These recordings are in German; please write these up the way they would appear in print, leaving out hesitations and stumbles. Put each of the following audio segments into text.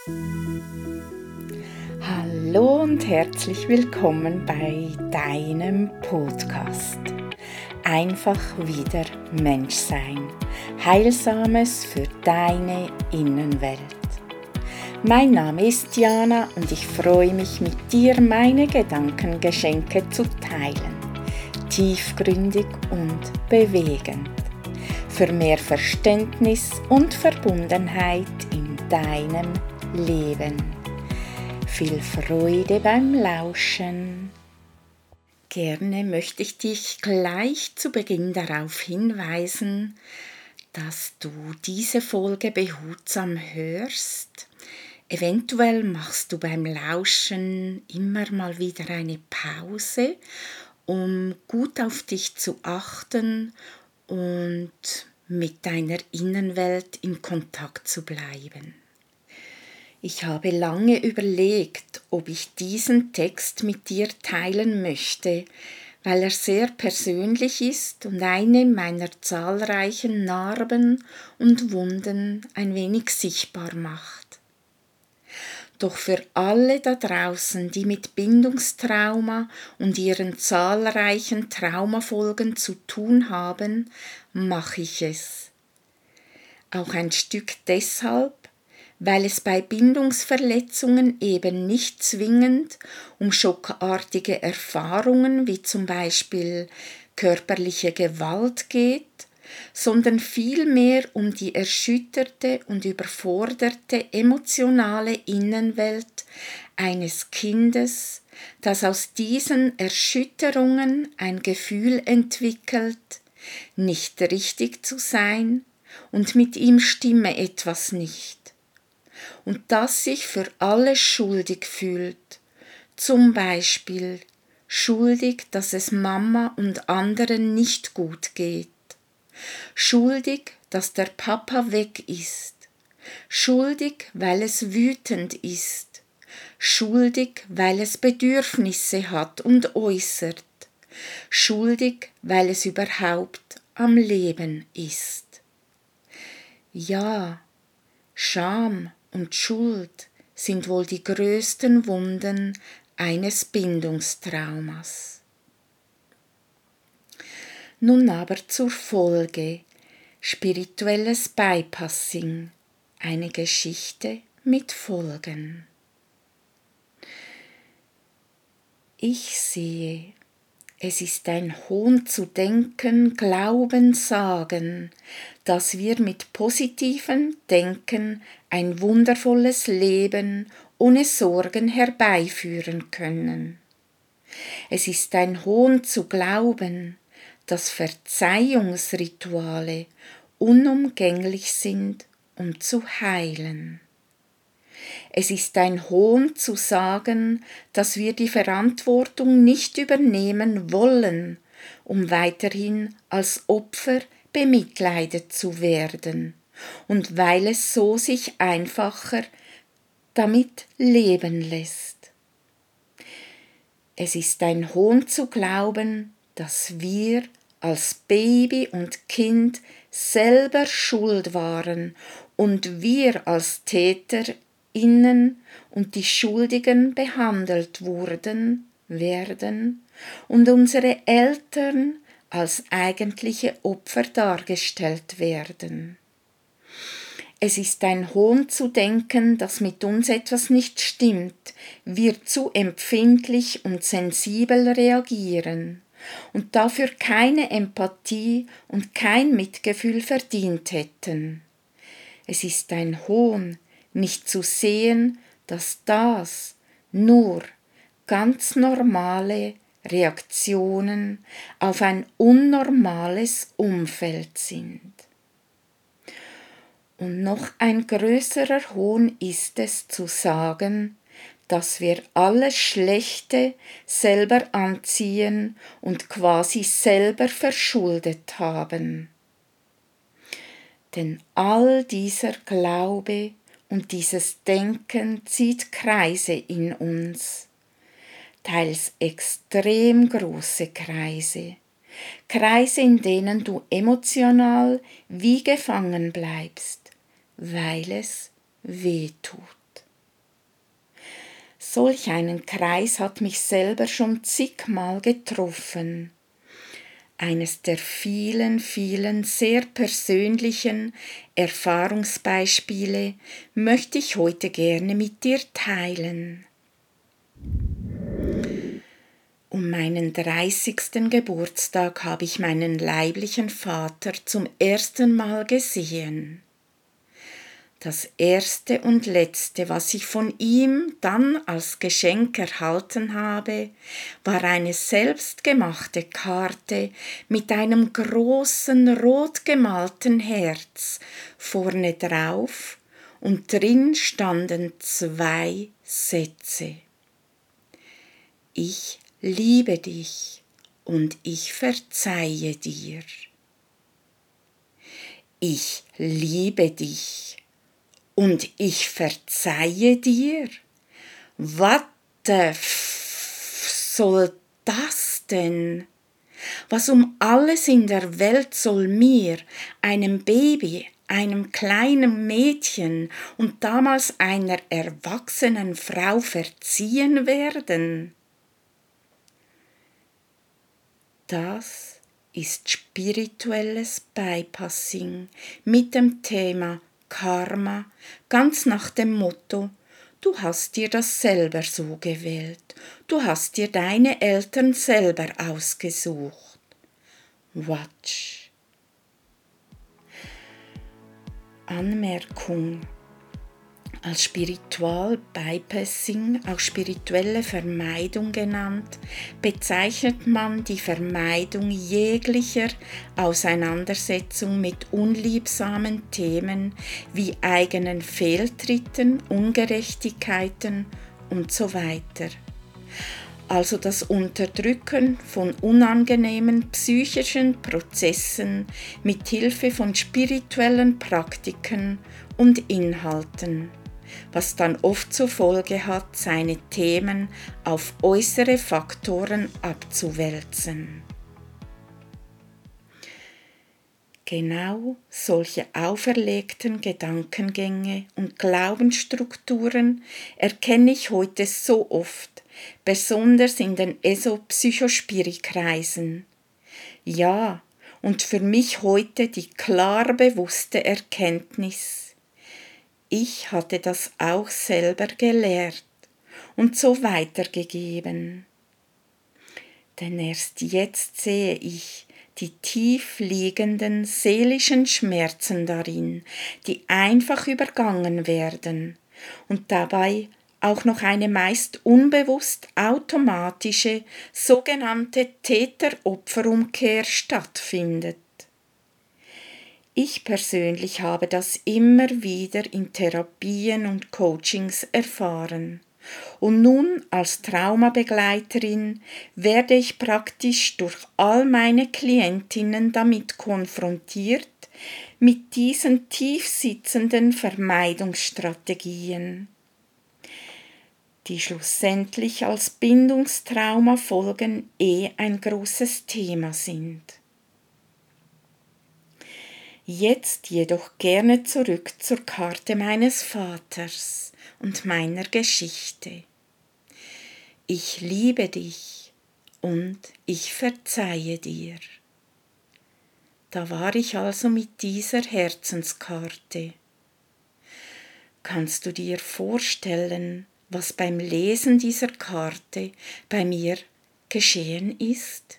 Hallo und herzlich willkommen bei deinem Podcast. Einfach wieder Mensch sein. Heilsames für deine Innenwelt. Mein Name ist Jana und ich freue mich, mit dir meine Gedankengeschenke zu teilen. Tiefgründig und bewegend. Für mehr Verständnis und Verbundenheit in deinem Leben. Viel Freude beim Lauschen. Gerne möchte ich dich gleich zu Beginn darauf hinweisen, dass du diese Folge behutsam hörst. Eventuell machst du beim Lauschen immer mal wieder eine Pause, um gut auf dich zu achten und mit deiner Innenwelt in Kontakt zu bleiben. Ich habe lange überlegt, ob ich diesen Text mit dir teilen möchte, weil er sehr persönlich ist und eine meiner zahlreichen Narben und Wunden ein wenig sichtbar macht. Doch für alle da draußen, die mit Bindungstrauma und ihren zahlreichen Traumafolgen zu tun haben, mache ich es. Auch ein Stück deshalb, weil es bei Bindungsverletzungen eben nicht zwingend um schockartige Erfahrungen wie zum Beispiel körperliche Gewalt geht, sondern vielmehr um die erschütterte und überforderte emotionale Innenwelt eines Kindes, das aus diesen Erschütterungen ein Gefühl entwickelt, nicht richtig zu sein und mit ihm stimme etwas nicht. Und das sich für alles schuldig fühlt, zum Beispiel schuldig, dass es Mama und anderen nicht gut geht, schuldig, dass der Papa weg ist, schuldig, weil es wütend ist, schuldig, weil es Bedürfnisse hat und äußert, schuldig, weil es überhaupt am Leben ist. Ja, Scham und Schuld sind wohl die größten Wunden eines Bindungstraumas. Nun aber zur Folge: spirituelles Bypassing, eine Geschichte mit Folgen. Ich sehe, es ist ein Hohn zu denken, glauben, sagen, dass wir mit positivem Denken ein wundervolles Leben ohne Sorgen herbeiführen können. Es ist ein Hohn zu glauben, dass Verzeihungsrituale unumgänglich sind, um zu heilen. Es ist ein Hohn zu sagen, dass wir die Verantwortung nicht übernehmen wollen, um weiterhin als Opfer bemitleidet zu werden, und weil es so sich einfacher damit leben lässt. Es ist ein Hohn zu glauben, dass wir als Baby und Kind selber schuld waren und wir als TäterInnen und die Schuldigen behandelt werden und unsere Eltern als eigentliche Opfer dargestellt werden. Es ist ein Hohn zu denken, dass mit uns etwas nicht stimmt, wir zu empfindlich und sensibel reagieren und dafür keine Empathie und kein Mitgefühl verdient hätten. Es ist ein Hohn, nicht zu sehen, dass das nur ganz normale Reaktionen auf ein unnormales Umfeld sind. Und noch ein größerer Hohn ist es zu sagen, dass wir alles Schlechte selber anziehen und quasi selber verschuldet haben. Denn all dieser Glaube und dieses Denken zieht Kreise in uns, teils extrem große Kreise, Kreise, in denen du emotional wie gefangen bleibst, weil es weh tut. Solch einen Kreis hat mich selber schon zigmal getroffen. Eines der vielen, vielen sehr persönlichen Erfahrungsbeispiele möchte ich heute gerne mit dir teilen. Um meinen 30. Geburtstag habe ich meinen leiblichen Vater zum ersten Mal gesehen. Das erste und letzte, was ich von ihm dann als Geschenk erhalten habe, war eine selbstgemachte Karte mit einem großen rot gemalten Herz vorne drauf und drin standen 2 Sätze. Ich liebe dich und ich verzeihe dir. Ich liebe dich und ich verzeihe dir? Was soll das denn? Was um alles in der Welt soll mir, einem Baby, einem kleinen Mädchen und damals einer erwachsenen Frau verziehen werden? Das ist spirituelles Bypassing mit dem Thema Karma, ganz nach dem Motto: Du hast dir das selber so gewählt, du hast dir deine Eltern selber ausgesucht. Watch. Anmerkung: Als Spiritual Bypassing, auch spirituelle Vermeidung genannt, bezeichnet man die Vermeidung jeglicher Auseinandersetzung mit unliebsamen Themen wie eigenen Fehltritten, Ungerechtigkeiten usw. Also das Unterdrücken von unangenehmen psychischen Prozessen mit Hilfe von spirituellen Praktiken und Inhalten, was dann oft zur Folge hat, seine Themen auf äußere Faktoren abzuwälzen. Genau solche auferlegten Gedankengänge und Glaubensstrukturen erkenne ich heute so oft, besonders in den ESO-Psychospiri-Kreisen. Ja, und für mich heute die klar bewusste Erkenntnis: Ich hatte das auch selber gelehrt und so weitergegeben. Denn erst jetzt sehe ich die tief liegenden seelischen Schmerzen darin, die einfach übergangen werden und dabei auch noch eine meist unbewusst automatische sogenannte Täter-Opfer-Umkehr stattfindet. Ich persönlich habe das immer wieder in Therapien und Coachings erfahren. Und nun als Traumabegleiterin werde ich praktisch durch all meine Klientinnen damit konfrontiert, mit diesen tiefsitzenden Vermeidungsstrategien, die schlussendlich als Bindungstrauma folgen, ein großes Thema sind. Jetzt jedoch gerne zurück zur Karte meines Vaters und meiner Geschichte. Ich liebe dich und ich verzeihe dir. Da war ich also mit dieser Herzenskarte. Kannst du dir vorstellen, was beim Lesen dieser Karte bei mir geschehen ist?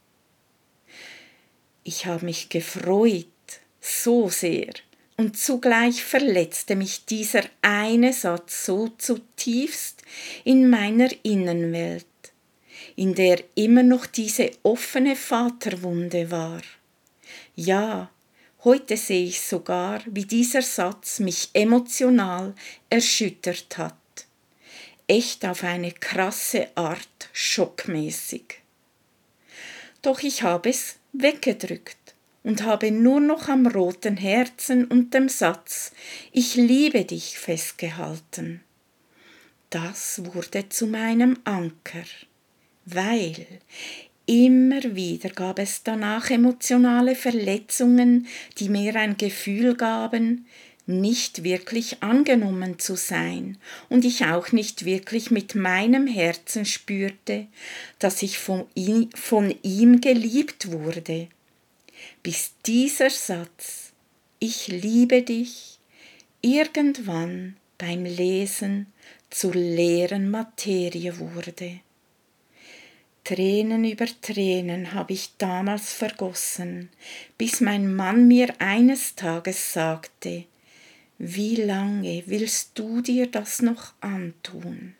Ich habe mich gefreut, so sehr, und zugleich verletzte mich dieser eine Satz so zutiefst in meiner Innenwelt, in der immer noch diese offene Vaterwunde war. Ja, heute sehe ich sogar, wie dieser Satz mich emotional erschüttert hat. Echt auf eine krasse Art schockmäßig. Doch ich habe es weggedrückt und habe nur noch am roten Herzen und dem Satz „Ich liebe dich" festgehalten. Das wurde zu meinem Anker, weil immer wieder gab es danach emotionale Verletzungen, die mir ein Gefühl gaben, nicht wirklich angenommen zu sein und ich auch nicht wirklich mit meinem Herzen spürte, dass ich von ihm geliebt wurde. Bis dieser Satz, ich liebe dich, irgendwann beim Lesen zur leeren Materie wurde. Tränen über Tränen habe ich damals vergossen, bis mein Mann mir eines Tages sagte, wie lange willst du dir das noch antun?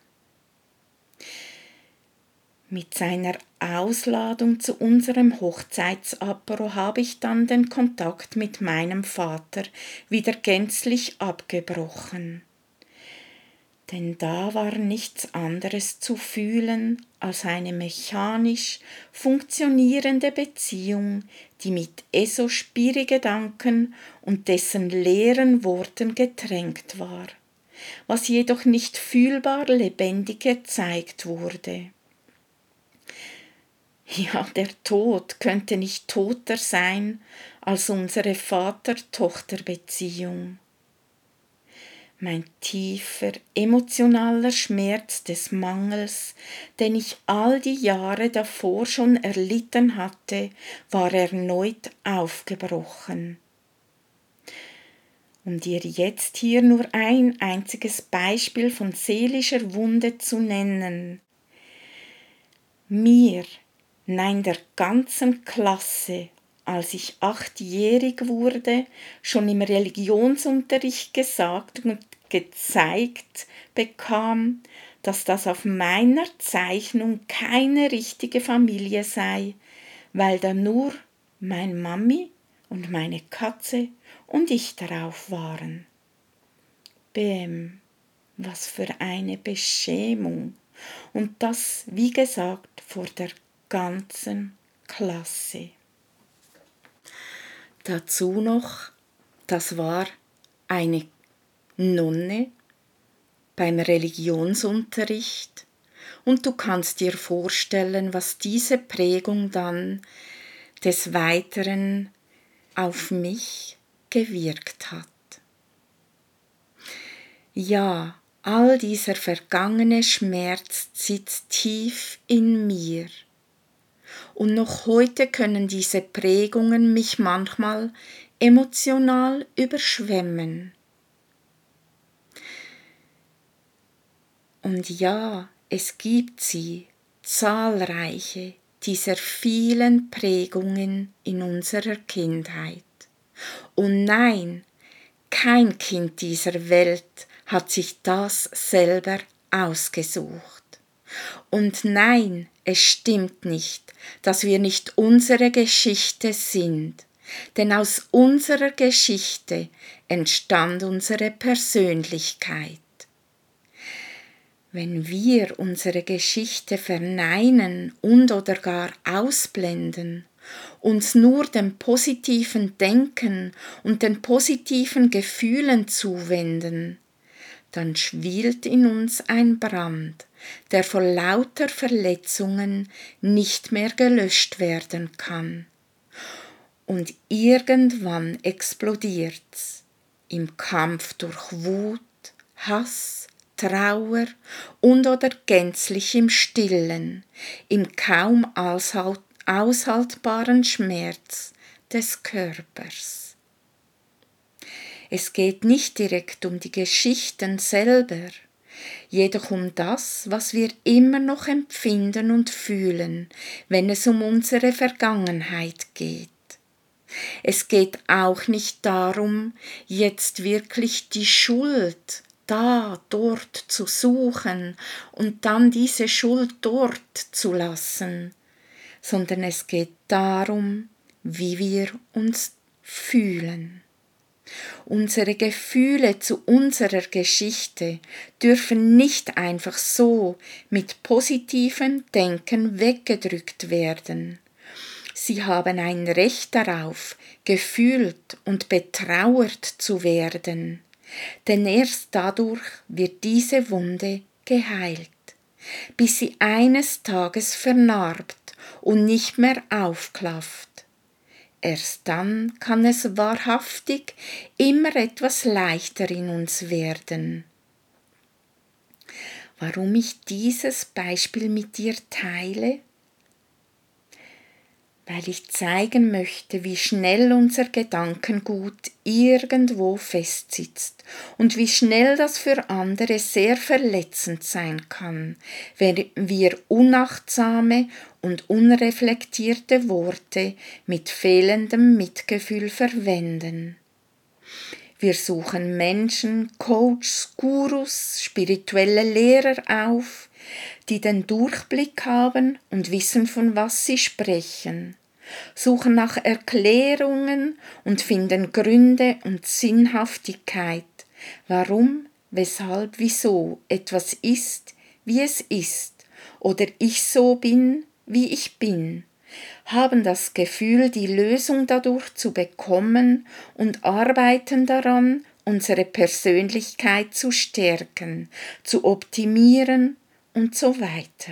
Mit seiner Ausladung zu unserem Hochzeitsapero habe ich dann den Kontakt mit meinem Vater wieder gänzlich abgebrochen. Denn da war nichts anderes zu fühlen als eine mechanisch funktionierende Beziehung, die mit Esospiri-Gedanken und dessen leeren Worten getränkt war, was jedoch nicht fühlbar lebendig gezeigt wurde. Ja, der Tod könnte nicht toter sein als unsere Vater-Tochter-Beziehung. Mein tiefer emotionaler Schmerz des Mangels, den ich all die Jahre davor schon erlitten hatte, war erneut aufgebrochen. Um dir jetzt hier nur ein einziges Beispiel von seelischer Wunde zu nennen. Mir, nein, der ganzen Klasse, als ich 8-jährig wurde, schon im Religionsunterricht gesagt und gezeigt bekam, dass das auf meiner Zeichnung keine richtige Familie sei, weil da nur mein Mami und meine Katze und ich darauf waren. Bäm, was für eine Beschämung. Und das, wie gesagt, vor der ganzen Klasse. Dazu noch, das war eine Nonne beim Religionsunterricht und du kannst dir vorstellen, was diese Prägung dann des Weiteren auf mich gewirkt hat. Ja, all dieser vergangene Schmerz sitzt tief in mir. Und noch heute können diese Prägungen mich manchmal emotional überschwemmen. Und ja, es gibt sie, zahlreiche dieser vielen Prägungen in unserer Kindheit. Und nein, kein Kind dieser Welt hat sich das selber ausgesucht. Und nein, es stimmt nicht, dass wir nicht unsere Geschichte sind, denn aus unserer Geschichte entstand unsere Persönlichkeit. Wenn wir unsere Geschichte verneinen und oder gar ausblenden, uns nur dem positiven Denken und den positiven Gefühlen zuwenden, dann schwillt in uns ein Brand, der vor lauter Verletzungen nicht mehr gelöscht werden kann. Und irgendwann explodiert's im Kampf durch Wut, Hass, Trauer und oder gänzlich im Stillen, im kaum aushaltbaren Schmerz des Körpers. Es geht nicht direkt um die Geschichten selber, jedoch um das, was wir immer noch empfinden und fühlen, wenn es um unsere Vergangenheit geht. Es geht auch nicht darum, jetzt wirklich die Schuld dort zu suchen und dann diese Schuld dort zu lassen, sondern es geht darum, wie wir uns fühlen. Unsere Gefühle zu unserer Geschichte dürfen nicht einfach so mit positivem Denken weggedrückt werden. Sie haben ein Recht darauf, gefühlt und betrauert zu werden, denn erst dadurch wird diese Wunde geheilt, bis sie eines Tages vernarbt und nicht mehr aufklafft. Erst dann kann es wahrhaftig immer etwas leichter in uns werden. Warum ich dieses Beispiel mit dir teile? Weil ich zeigen möchte, wie schnell unser Gedankengut irgendwo festsitzt und wie schnell das für andere sehr verletzend sein kann, wenn wir unachtsame und unreflektierte Worte mit fehlendem Mitgefühl verwenden. Wir suchen Menschen, Coaches, Gurus, spirituelle Lehrer auf, die den Durchblick haben und wissen, von was sie sprechen, suchen nach Erklärungen und finden Gründe und Sinnhaftigkeit, warum, weshalb, wieso etwas ist, wie es ist, oder ich so bin, wie ich bin, haben das Gefühl, die Lösung dadurch zu bekommen und arbeiten daran, unsere Persönlichkeit zu stärken, zu optimieren und so weiter.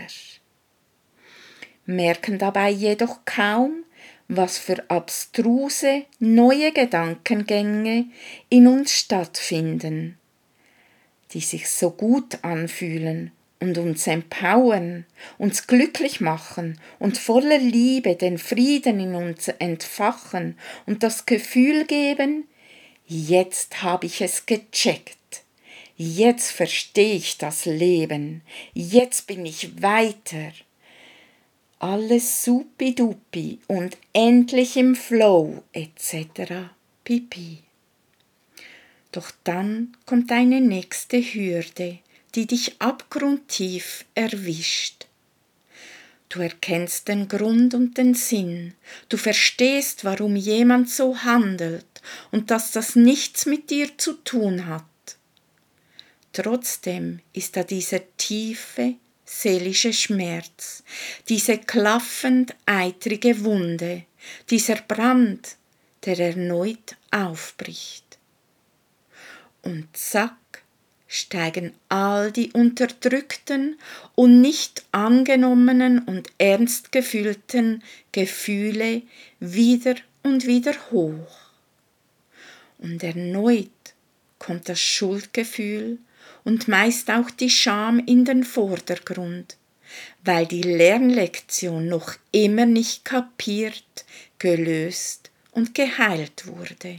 Merken dabei jedoch kaum, was für abstruse neue Gedankengänge in uns stattfinden, die sich so gut anfühlen und uns empowern, uns glücklich machen und voller Liebe den Frieden in uns entfachen und das Gefühl geben, jetzt habe ich es gecheckt. Jetzt verstehe ich das Leben. Jetzt bin ich weiter. Alles supidupi und endlich im Flow etc. Pipi. Doch dann kommt eine nächste Hürde, die dich abgrundtief erwischt. Du erkennst den Grund und den Sinn, du verstehst, warum jemand so handelt und dass das nichts mit dir zu tun hat. Trotzdem ist da dieser tiefe, seelische Schmerz, diese klaffend eitrige Wunde, dieser Brand, der erneut aufbricht. Und zack, steigen all die unterdrückten und nicht angenommenen und ernst gefühlten Gefühle wieder und wieder hoch. Und erneut kommt das Schuldgefühl und meist auch die Scham in den Vordergrund, weil die Lernlektion noch immer nicht kapiert, gelöst und geheilt wurde.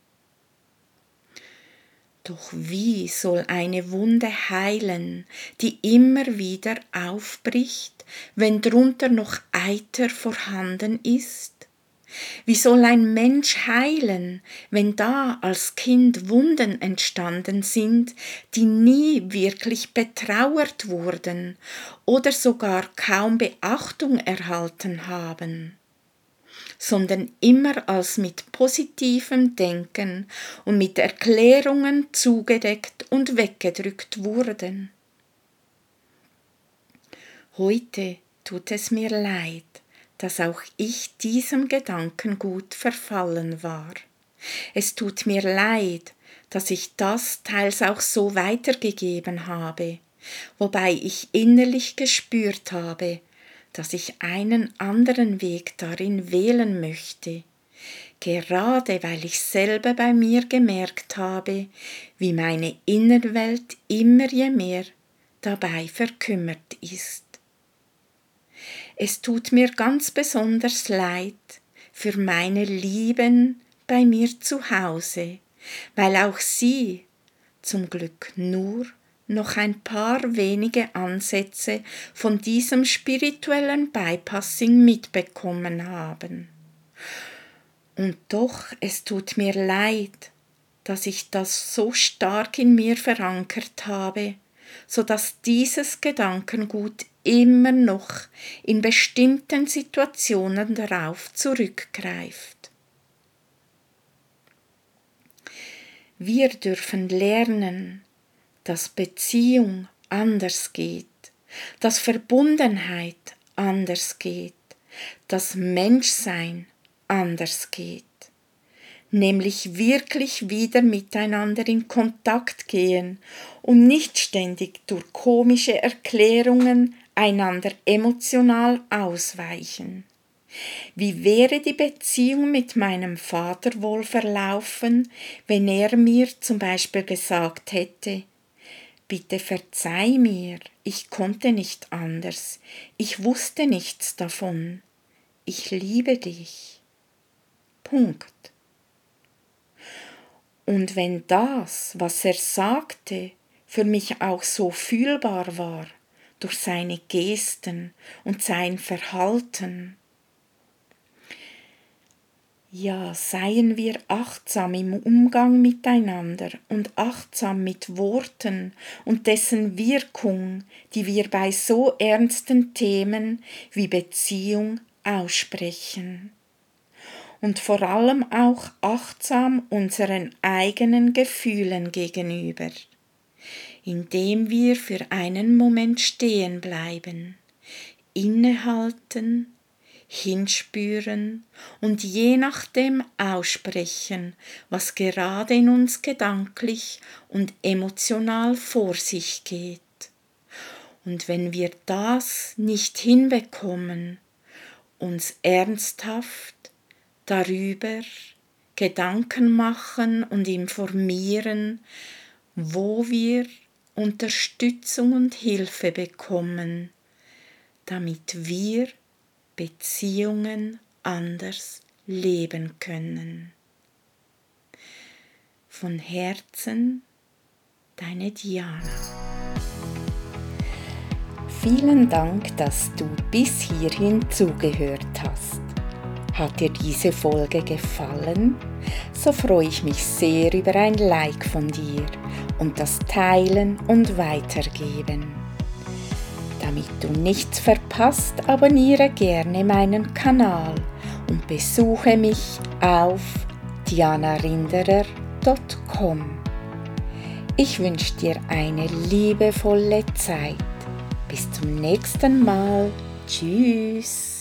Doch wie soll eine Wunde heilen, die immer wieder aufbricht, wenn drunter noch Eiter vorhanden ist? Wie soll ein Mensch heilen, wenn da als Kind Wunden entstanden sind, die nie wirklich betrauert wurden oder sogar kaum Beachtung erhalten haben, sondern immer als mit positivem Denken und mit Erklärungen zugedeckt und weggedrückt wurden? Heute tut es mir leid, dass auch ich diesem Gedankengut verfallen war. Es tut mir leid, dass ich das teils auch so weitergegeben habe, wobei ich innerlich gespürt habe, dass ich einen anderen Weg darin wählen möchte, gerade weil ich selber bei mir gemerkt habe, wie meine Innerwelt immer je mehr dabei verkümmert ist. Es tut mir ganz besonders leid für meine Lieben bei mir zu Hause, weil auch sie zum Glück nur noch ein paar wenige Ansätze von diesem spirituellen Bypassing mitbekommen haben. Und doch, es tut mir leid, dass ich das so stark in mir verankert habe, so dass dieses Gedankengut immer noch in bestimmten Situationen darauf zurückgreift. Wir dürfen lernen, dass Beziehung anders geht, dass Verbundenheit anders geht, dass Menschsein anders geht, nämlich wirklich wieder miteinander in Kontakt gehen und nicht ständig durch komische Erklärungen einander emotional ausweichen. Wie wäre die Beziehung mit meinem Vater wohl verlaufen, wenn er mir zum Beispiel gesagt hätte, bitte verzeih mir, ich konnte nicht anders, ich wusste nichts davon, ich liebe dich. Punkt. Und wenn das, was er sagte, für mich auch so fühlbar war, durch seine Gesten und sein Verhalten, ja, seien wir achtsam im Umgang miteinander und achtsam mit Worten und dessen Wirkung, die wir bei so ernsten Themen wie Beziehung aussprechen. Und vor allem auch achtsam unseren eigenen Gefühlen gegenüber, indem wir für einen Moment stehen bleiben, innehalten, hinspüren und je nachdem aussprechen, was gerade in uns gedanklich und emotional vor sich geht. Und wenn wir das nicht hinbekommen, uns ernsthaft darüber Gedanken machen und informieren, wo wir Unterstützung und Hilfe bekommen, damit wir Beziehungen anders leben können. Von Herzen, deine Diana. Vielen Dank, dass du bis hierhin zugehört hast. Hat dir diese Folge gefallen? So freue ich mich sehr über ein Like von dir und das Teilen und Weitergeben. Damit du nichts verpasst, abonniere gerne meinen Kanal und besuche mich auf dianarinderer.com. Ich wünsche dir eine liebevolle Zeit. Bis zum nächsten Mal. Tschüss.